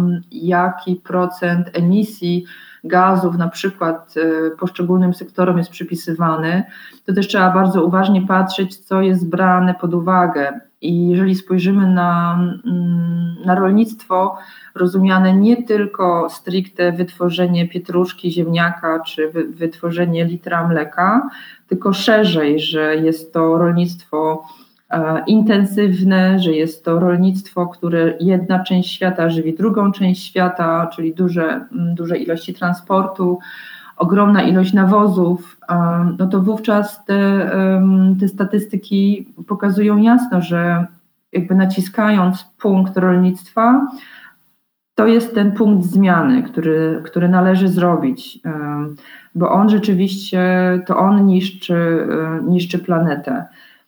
jaki procent emisji gazów na przykład poszczególnym sektorom jest przypisywany, to też trzeba bardzo uważnie patrzeć, co jest brane pod uwagę. I jeżeli spojrzymy na, na rolnictwo rozumiane nie tylko stricte wytworzenie pietruszki, ziemniaka czy wy, wytworzenie litra mleka, tylko szerzej, że jest to rolnictwo e, intensywne, że jest to rolnictwo, które jedna część świata żywi drugą część świata, czyli duże, duże ilości transportu, ogromna ilość nawozów, no to wówczas te, te statystyki pokazują jasno, że jakby naciskając punkt rolnictwa, to jest ten punkt zmiany, który, który należy zrobić, bo on rzeczywiście, to on niszczy, niszczy planetę.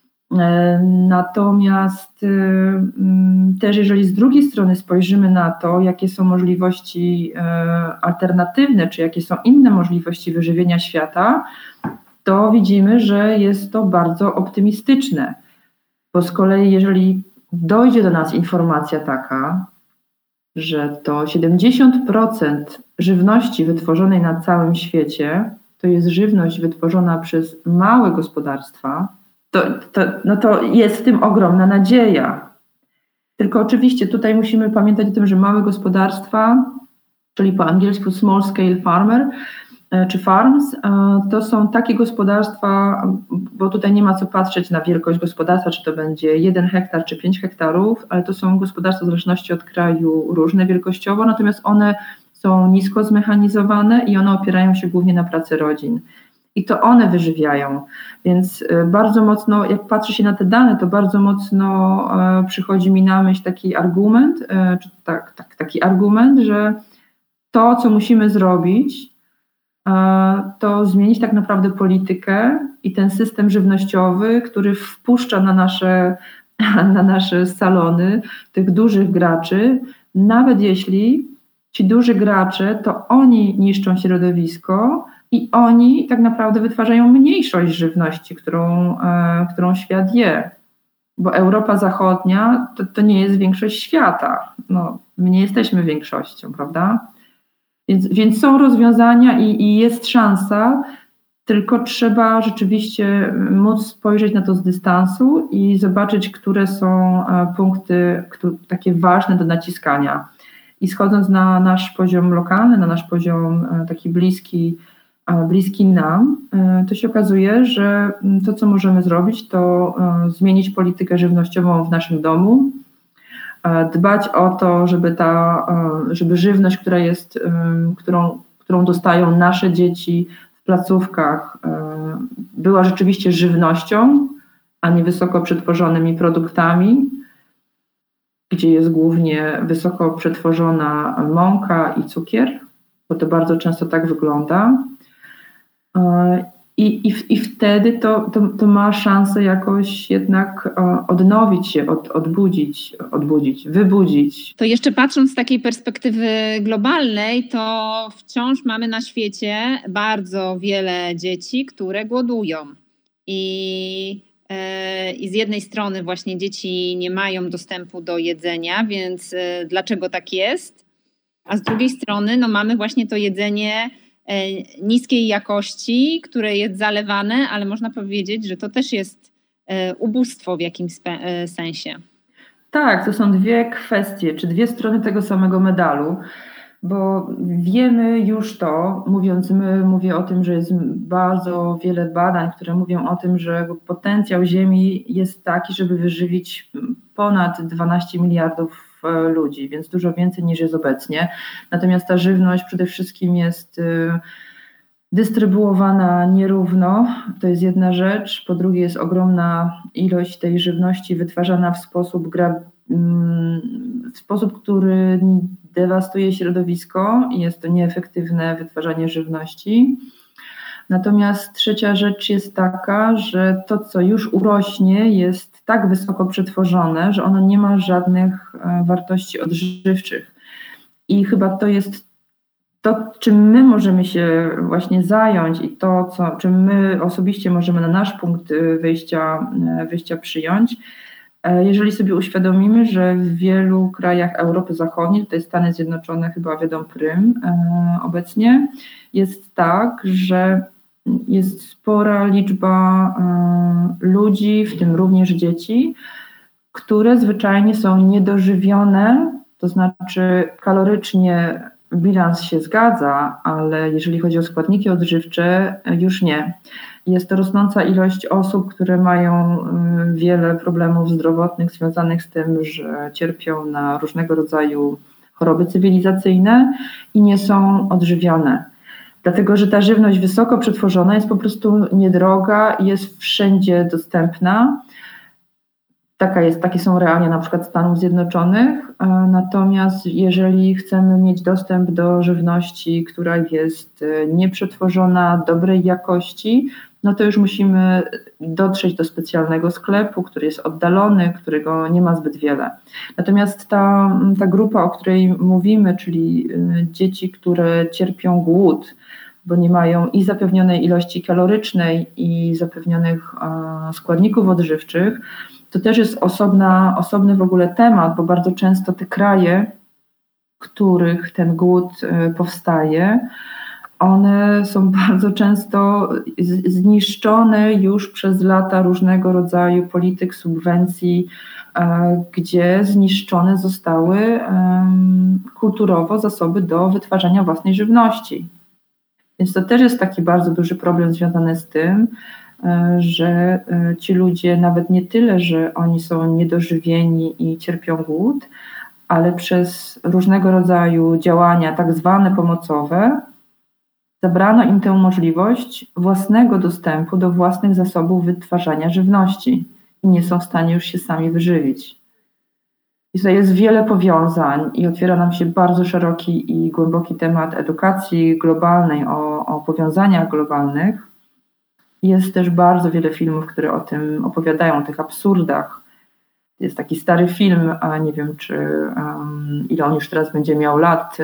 Natomiast też jeżeli z drugiej strony spojrzymy na to, jakie są możliwości alternatywne, czy jakie są inne możliwości wyżywienia świata, to widzimy, że jest to bardzo optymistyczne. Bo z kolei jeżeli dojdzie do nas informacja taka, że to siedemdziesiąt procent żywności wytworzonej na całym świecie to jest żywność wytworzona przez małe gospodarstwa, to, to, no to jest w tym ogromna nadzieja. Tylko oczywiście tutaj musimy pamiętać o tym, że małe gospodarstwa, czyli po angielsku small scale farmer, czy farms, to są takie gospodarstwa, bo tutaj nie ma co patrzeć na wielkość gospodarstwa, czy to będzie jeden hektar, czy pięć hektarów, ale to są gospodarstwa w zależności od kraju różne wielkościowo, natomiast one są nisko zmechanizowane i one opierają się głównie na pracy rodzin. I to one wyżywiają, więc bardzo mocno, jak patrzy się na te dane, to bardzo mocno przychodzi mi na myśl taki argument, czy tak, tak, taki argument, że to, co musimy zrobić, to zmienić tak naprawdę politykę i ten system żywnościowy, który wpuszcza na nasze, na nasze salony tych dużych graczy, nawet jeśli ci duży gracze, to oni niszczą środowisko i oni tak naprawdę wytwarzają mniejszość żywności, którą, którą świat je. Bo Europa Zachodnia to, to nie jest większość świata. No, my nie jesteśmy większością, prawda? Więc, więc są rozwiązania i, i jest szansa, tylko trzeba rzeczywiście móc spojrzeć na to z dystansu i zobaczyć, które są punkty które, takie ważne do naciskania. I schodząc na nasz poziom lokalny, na nasz poziom taki bliski, bliski nam, to się okazuje, że to, co możemy zrobić, to zmienić politykę żywnościową w naszym domu, dbać o to, żeby ta, żeby żywność, która jest, którą, którą dostają nasze dzieci w placówkach, była rzeczywiście żywnością, a nie wysoko przetworzonymi produktami, gdzie jest głównie wysoko przetworzona mąka i cukier, bo to bardzo często tak wygląda. I, i, i wtedy to, to, to ma szansę jakoś jednak odnowić się, od, odbudzić, odbudzić, wybudzić. To jeszcze patrząc z takiej perspektywy globalnej, to wciąż mamy na świecie bardzo wiele dzieci, które głodują. I, yy, i z jednej strony właśnie dzieci nie mają dostępu do jedzenia, więc yy, dlaczego tak jest? A z drugiej strony no, mamy właśnie to jedzenie niskiej jakości, które jest zalewane, ale można powiedzieć, że to też jest ubóstwo w jakimś sensie. Tak, to są dwie kwestie, czy dwie strony tego samego medalu, bo wiemy już to, mówiąc my, mówię o tym, że jest bardzo wiele badań, które mówią o tym, że potencjał Ziemi jest taki, żeby wyżywić ponad dwanaście miliardów ludzi, więc dużo więcej niż jest obecnie. Natomiast ta żywność przede wszystkim jest dystrybuowana nierówno, to jest jedna rzecz. Po drugie jest ogromna ilość tej żywności wytwarzana w sposób, gra, w sposób, który dewastuje środowisko i jest to nieefektywne wytwarzanie żywności. Natomiast trzecia rzecz jest taka, że to, co już urośnie, jest tak wysoko przetworzone, że ono nie ma żadnych wartości odżywczych. I chyba to jest to, czym my możemy się właśnie zająć i to, co, czym my osobiście możemy na nasz punkt wyjścia, wyjścia przyjąć. Jeżeli sobie uświadomimy, że w wielu krajach Europy Zachodniej, tutaj Stany Zjednoczone chyba wiodą prym obecnie, jest tak, że jest spora liczba ludzi, w tym również dzieci, które zwyczajnie są niedożywione, to znaczy kalorycznie bilans się zgadza, ale jeżeli chodzi o składniki odżywcze, już nie. Jest to rosnąca ilość osób, które mają wiele problemów zdrowotnych związanych z tym, że cierpią na różnego rodzaju choroby cywilizacyjne i nie są odżywione. Dlatego, że ta żywność wysoko przetworzona jest po prostu niedroga i jest wszędzie dostępna. Taka jest, takie są realia na przykład Stanów Zjednoczonych. Natomiast jeżeli chcemy mieć dostęp do żywności, która jest nieprzetworzona, dobrej jakości, no to już musimy dotrzeć do specjalnego sklepu, który jest oddalony, którego nie ma zbyt wiele. Natomiast ta, ta grupa, o której mówimy, czyli dzieci, które cierpią głód, bo nie mają i zapewnionej ilości kalorycznej, i zapewnionych składników odżywczych. To też jest osobna, osobny w ogóle temat, bo bardzo często te kraje, w których ten głód powstaje, one są bardzo często zniszczone już przez lata różnego rodzaju polityk, subwencji, gdzie zniszczone zostały kulturowo zasoby do wytwarzania własnej żywności. Więc to też jest taki bardzo duży problem związany z tym, że ci ludzie nawet nie tyle, że oni są niedożywieni i cierpią głód, ale przez różnego rodzaju działania tak zwane pomocowe zabrano im tę możliwość własnego dostępu do własnych zasobów wytwarzania żywności i nie są w stanie już się sami wyżywić. I tutaj jest wiele powiązań i otwiera nam się bardzo szeroki i głęboki temat edukacji globalnej, o, o powiązaniach globalnych. Jest też bardzo wiele filmów, które o tym opowiadają, o tych absurdach. Jest taki stary film, a nie wiem, czy um, ile on już teraz będzie miał lat,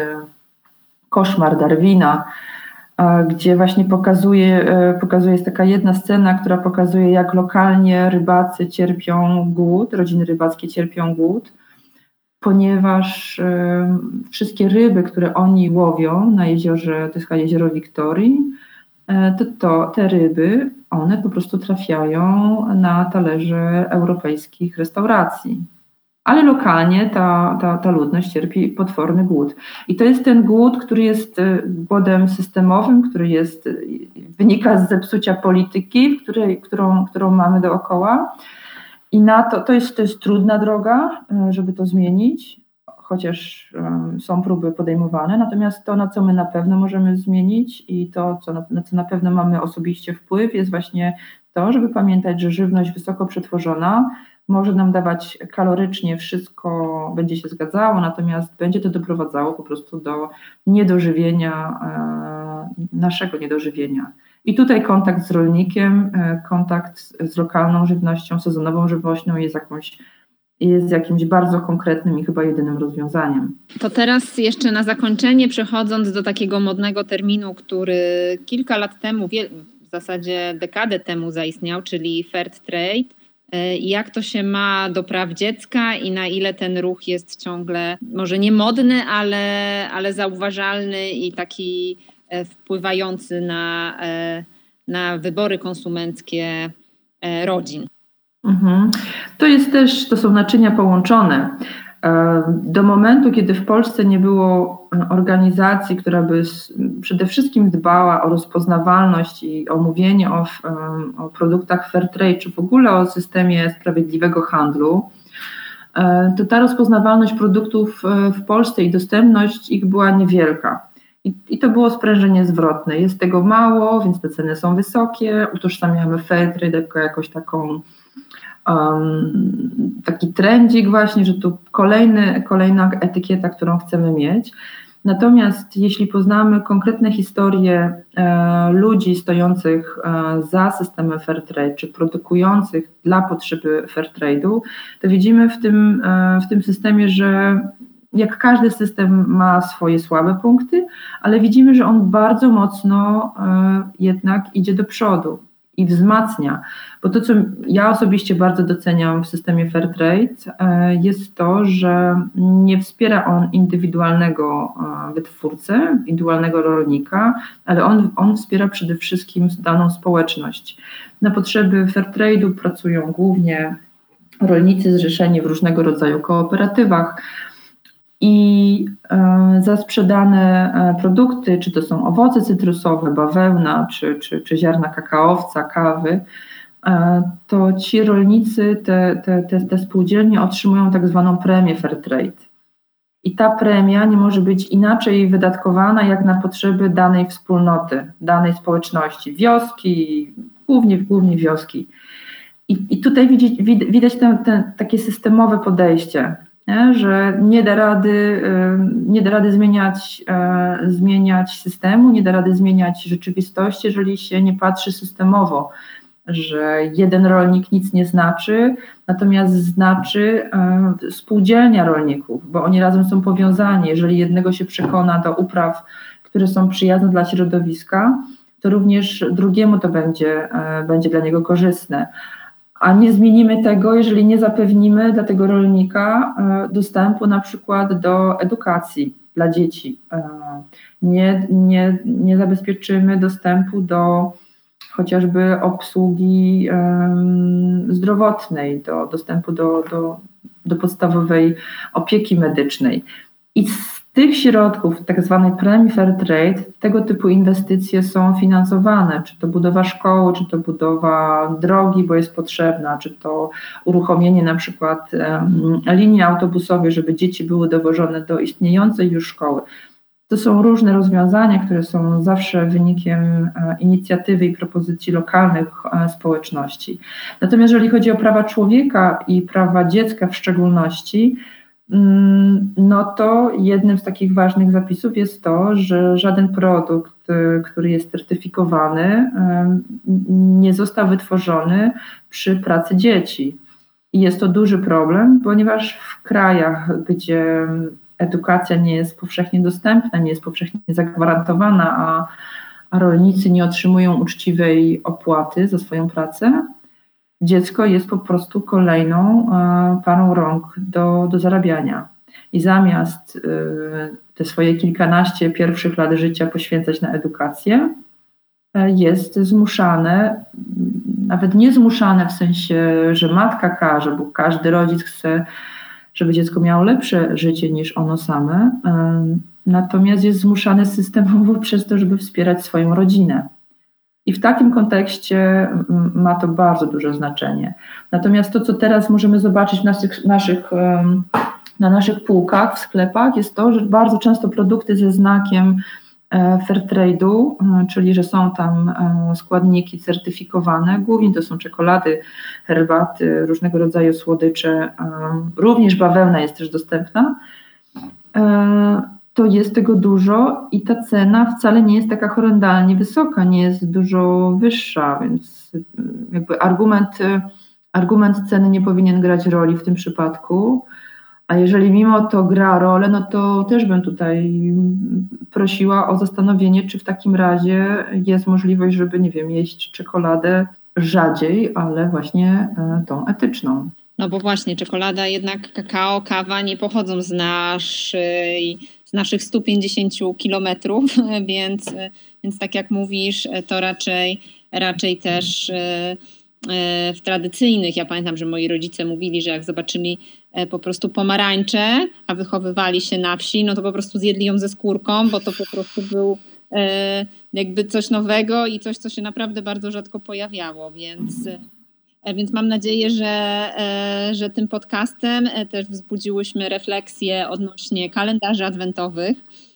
Koszmar Darwina, gdzie właśnie pokazuje, pokazuje, jest taka jedna scena, która pokazuje, jak lokalnie rybacy cierpią głód, rodziny rybackie cierpią głód, ponieważ wszystkie ryby, które oni łowią na jeziorze, to jest chyba jezioro Wiktorii, to, to te ryby, one po prostu trafiają na talerze europejskich restauracji. Ale lokalnie ta, ta, ta ludność cierpi potworny głód. I to jest ten głód, który jest głodem systemowym, który jest, wynika z zepsucia polityki, w której, którą, którą mamy dookoła. I na to, to, jest, to jest trudna droga, żeby to zmienić, chociaż um, są próby podejmowane. Natomiast to, na co my na pewno możemy zmienić i to, co na, na co na pewno mamy osobiście wpływ, jest właśnie to, żeby pamiętać, że żywność wysoko przetworzona może nam dawać kalorycznie, wszystko będzie się zgadzało, natomiast będzie to doprowadzało po prostu do niedożywienia, e, naszego niedożywienia. I tutaj kontakt z rolnikiem, e, kontakt z lokalną żywnością, sezonową żywnością jest jakąś jest jakimś bardzo konkretnym i chyba jedynym rozwiązaniem. To teraz jeszcze na zakończenie, przechodząc do takiego modnego terminu, który kilka lat temu, w zasadzie dekadę temu zaistniał, czyli fair trade. Jak to się ma do praw dziecka i na ile ten ruch jest ciągle, może nie modny, ale, ale zauważalny i taki wpływający na, na wybory konsumenckie rodzin? Mhm. To jest też, to są naczynia połączone. Do momentu, kiedy w Polsce nie było organizacji, która by przede wszystkim dbała o rozpoznawalność i o mówienie o, o produktach fair trade, czy w ogóle o systemie sprawiedliwego handlu, to ta rozpoznawalność produktów w Polsce i dostępność ich była niewielka. I, i to było sprężenie zwrotne. Jest tego mało, więc te ceny są wysokie. Utożsamiamy fair trade jako jakąś taką Um, taki trendzik właśnie, że tu kolejny, kolejna etykieta, którą chcemy mieć. Natomiast jeśli poznamy konkretne historie e, ludzi stojących e, za systemem fair trade, czy produkujących dla potrzeby fair trade'u, to widzimy w tym, e, w tym systemie, że jak każdy system ma swoje słabe punkty, ale widzimy, że on bardzo mocno e, jednak idzie do przodu i wzmacnia. Bo to, co ja osobiście bardzo doceniam w systemie fair trade, jest to, że nie wspiera on indywidualnego wytwórcy, indywidualnego rolnika, ale on, on wspiera przede wszystkim daną społeczność. Na potrzeby fair trade'u pracują głównie rolnicy zrzeszeni w różnego rodzaju kooperatywach i za sprzedane produkty, czy to są owoce cytrusowe, bawełna, czy, czy, czy ziarna kakaowca, kawy, to ci rolnicy, te, te, te, te spółdzielnie otrzymują tak zwaną premię fair trade. I ta premia nie może być inaczej wydatkowana jak na potrzeby danej wspólnoty, danej społeczności, wioski, głównie, głównie wioski. I, i tutaj widać, widać ten, ten, takie systemowe podejście, nie? Że nie da rady, nie da rady zmieniać, zmieniać systemu, nie da rady zmieniać rzeczywistości, jeżeli się nie patrzy systemowo, że jeden rolnik nic nie znaczy, natomiast znaczy spółdzielnia rolników, bo oni razem są powiązani. Jeżeli jednego się przekona do upraw, które są przyjazne dla środowiska, to również drugiemu to będzie, będzie dla niego korzystne. A nie zmienimy tego, jeżeli nie zapewnimy dla tego rolnika dostępu na przykład do edukacji dla dzieci. Nie, nie, nie zabezpieczymy dostępu do chociażby obsługi zdrowotnej, do dostępu do, do, do podstawowej opieki medycznej. I z tych środków, tak zwanej premii Fair Trade, tego typu inwestycje są finansowane, czy to budowa szkoły, czy to budowa drogi, bo jest potrzebna, czy to uruchomienie na przykład um, linii autobusowej, żeby dzieci były dowożone do istniejącej już szkoły. To są różne rozwiązania, które są zawsze wynikiem inicjatywy i propozycji lokalnych społeczności. Natomiast jeżeli chodzi o prawa człowieka i prawa dziecka w szczególności, no to jednym z takich ważnych zapisów jest to, że żaden produkt, który jest certyfikowany, nie został wytworzony przy pracy dzieci. I jest to duży problem, ponieważ w krajach, gdzie edukacja nie jest powszechnie dostępna, nie jest powszechnie zagwarantowana, a, a rolnicy nie otrzymują uczciwej opłaty za swoją pracę, dziecko jest po prostu kolejną e, parą rąk do, do zarabiania. I zamiast e, te swoje kilkanaście pierwszych lat życia poświęcać na edukację, e, jest zmuszane, nawet nie zmuszane w sensie, że matka każe, bo każdy rodzic chce, żeby dziecko miało lepsze życie niż ono same, e, natomiast jest zmuszane systemowo przez to, żeby wspierać swoją rodzinę. I w takim kontekście ma to bardzo duże znaczenie. Natomiast to, co teraz możemy zobaczyć w naszych, naszych, na naszych półkach w sklepach, jest to, że bardzo często produkty ze znakiem Fair Trade'u, czyli że są tam składniki certyfikowane, głównie to są czekolady, herbaty, różnego rodzaju słodycze, również bawełna jest też dostępna, to jest tego dużo i ta cena wcale nie jest taka horrendalnie wysoka, nie jest dużo wyższa, więc jakby argument, argument ceny nie powinien grać roli w tym przypadku, a jeżeli mimo to gra rolę, no to też bym tutaj prosiła o zastanowienie, czy w takim razie jest możliwość, żeby, nie wiem, jeść czekoladę rzadziej, ale właśnie tą etyczną. No bo właśnie czekolada, jednak kakao, kawa nie pochodzą z naszej z naszych stu pięćdziesięciu kilometrów, więc, więc tak jak mówisz, to raczej, raczej też w tradycyjnych, ja pamiętam, że moi rodzice mówili, że jak zobaczyli po prostu pomarańcze, a wychowywali się na wsi, no to po prostu zjedli ją ze skórką, bo to po prostu był jakby coś nowego i coś, co się naprawdę bardzo rzadko pojawiało, więc... Więc mam nadzieję, że, że tym podcastem też wzbudziłyśmy refleksję odnośnie kalendarzy adwentowych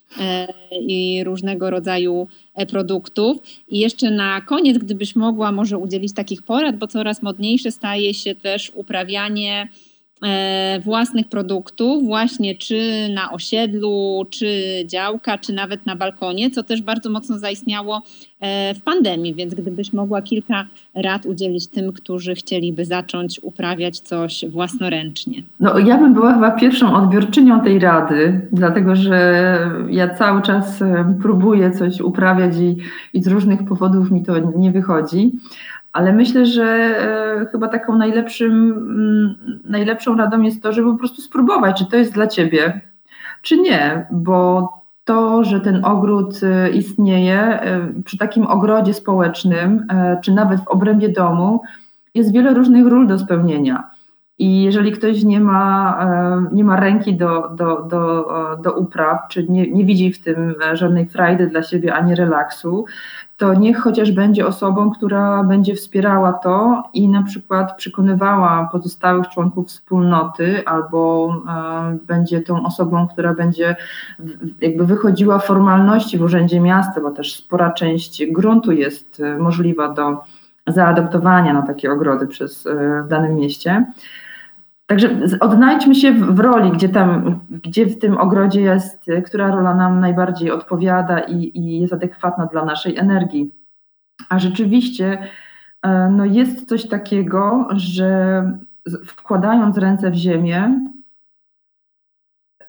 i różnego rodzaju produktów. I jeszcze na koniec, gdybyś mogła może udzielić takich porad, bo coraz modniejsze staje się też uprawianie własnych produktów, właśnie czy na osiedlu, czy działka, czy nawet na balkonie, co też bardzo mocno zaistniało w pandemii, więc gdybyś mogła kilka rad udzielić tym, którzy chcieliby zacząć uprawiać coś własnoręcznie. No, ja bym była chyba pierwszą odbiorczynią tej rady, dlatego że ja cały czas próbuję coś uprawiać i, i z różnych powodów mi to nie wychodzi. Ale myślę, że e, chyba taką najlepszym, m, najlepszą radą jest to, żeby po prostu spróbować, czy to jest dla ciebie, czy nie, bo to, że ten ogród e, istnieje e, przy takim ogrodzie społecznym, e, czy nawet w obrębie domu, jest wiele różnych ról do spełnienia. I jeżeli ktoś nie ma, e, nie ma ręki do, do, do, do upraw, czy nie, nie widzi w tym żadnej frajdy dla siebie ani relaksu, to niech chociaż będzie osobą, która będzie wspierała to i na przykład przekonywała pozostałych członków wspólnoty albo e, będzie tą osobą, która będzie jakby wychodziła formalności w Urzędzie Miasta, bo też spora część gruntu jest możliwa do zaadoptowania na takie ogrody przez e, w danym mieście. Także odnajdźmy się w, w roli, gdzie tam, gdzie w tym ogrodzie jest, która rola nam najbardziej odpowiada i, i jest adekwatna dla naszej energii. A rzeczywiście no jest coś takiego, że wkładając ręce w ziemię,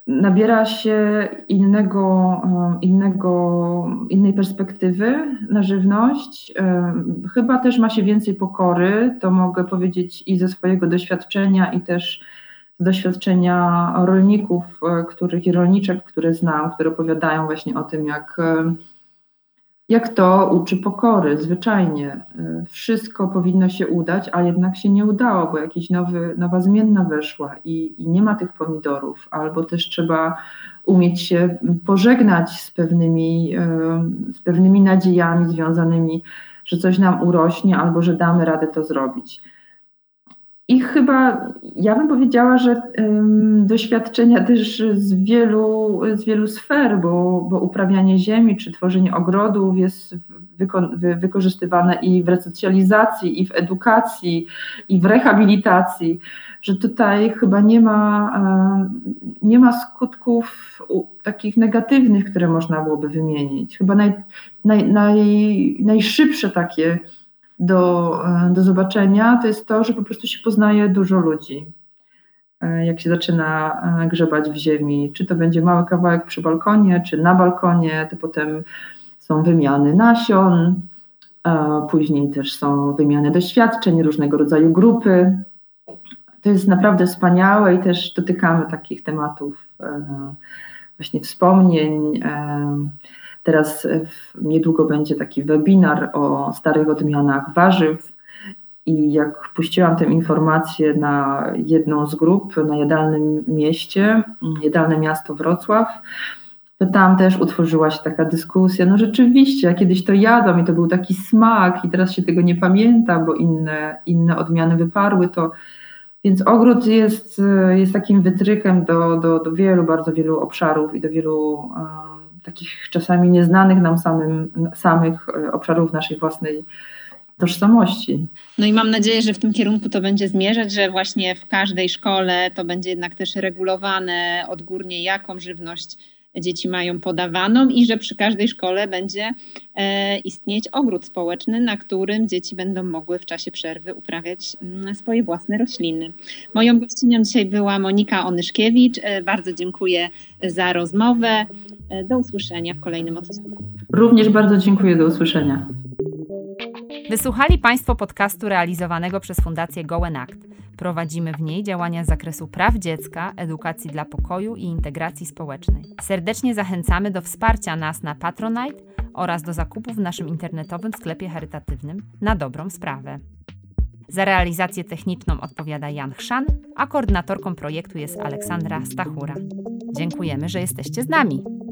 nabiera się innego, innego, innej perspektywy na żywność. Chyba też ma się więcej pokory, to mogę powiedzieć i ze swojego doświadczenia, i też z doświadczenia rolników, których i rolniczek, które znam, które opowiadają właśnie o tym, jak, jak to uczy pokory, zwyczajnie. Wszystko powinno się udać, a jednak się nie udało, bo jakaś nowa zmienna weszła i, i nie ma tych pomidorów, albo też trzeba umieć się pożegnać z pewnymi, z pewnymi nadziejami związanymi, że coś nam urośnie, albo że damy radę to zrobić. I chyba, ja bym powiedziała, że um, doświadczenia też z wielu, z wielu sfer, bo, bo uprawianie ziemi czy tworzenie ogrodów jest wyko- wy- wykorzystywane i w resocjalizacji, i w edukacji, i w rehabilitacji, że tutaj chyba nie ma, um, nie ma skutków u, takich negatywnych, które można byłoby wymienić. Chyba naj, naj, naj, najszybsze takie Do, do zobaczenia, to jest to, że po prostu się poznaje dużo ludzi. Jak się zaczyna grzebać w ziemi, czy to będzie mały kawałek przy balkonie, czy na balkonie, to potem są wymiany nasion, później też są wymiany doświadczeń, różnego rodzaju grupy. To jest naprawdę wspaniałe i też dotykamy takich tematów właśnie wspomnień. Teraz niedługo będzie taki webinar o starych odmianach warzyw i jak puściłam tę informację na jedną z grup na Jadalnym Mieście, Jadalne Miasto Wrocław, to tam też utworzyła się taka dyskusja. No rzeczywiście, ja kiedyś to jadłam i to był taki smak i teraz się tego nie pamiętam, bo inne, inne odmiany wyparły to. Więc ogród jest, jest takim wytrychem do, do, do wielu, bardzo wielu obszarów i do wielu um, takich czasami nieznanych nam samym, samych obszarów naszej własnej tożsamości. No i mam nadzieję, że w tym kierunku to będzie zmierzać, że właśnie w każdej szkole to będzie jednak też regulowane odgórnie, jaką żywność dzieci mają podawaną i że przy każdej szkole będzie e, istnieć ogród społeczny, na którym dzieci będą mogły w czasie przerwy uprawiać m, swoje własne rośliny. Moją gościnią dzisiaj była Monika Onyszkiewicz. E, bardzo dziękuję za rozmowę. E, do usłyszenia w kolejnym odcinku. Również bardzo dziękuję, do usłyszenia. Wysłuchali Państwo podcastu realizowanego przez Fundację Go and Act. Prowadzimy w niej działania z zakresu praw dziecka, edukacji dla pokoju i integracji społecznej. Serdecznie zachęcamy do wsparcia nas na Patronite oraz do zakupów w naszym internetowym sklepie charytatywnym na dobrą sprawę. Za realizację techniczną odpowiada Jan Chrzan, a koordynatorką projektu jest Aleksandra Stachura. Dziękujemy, że jesteście z nami.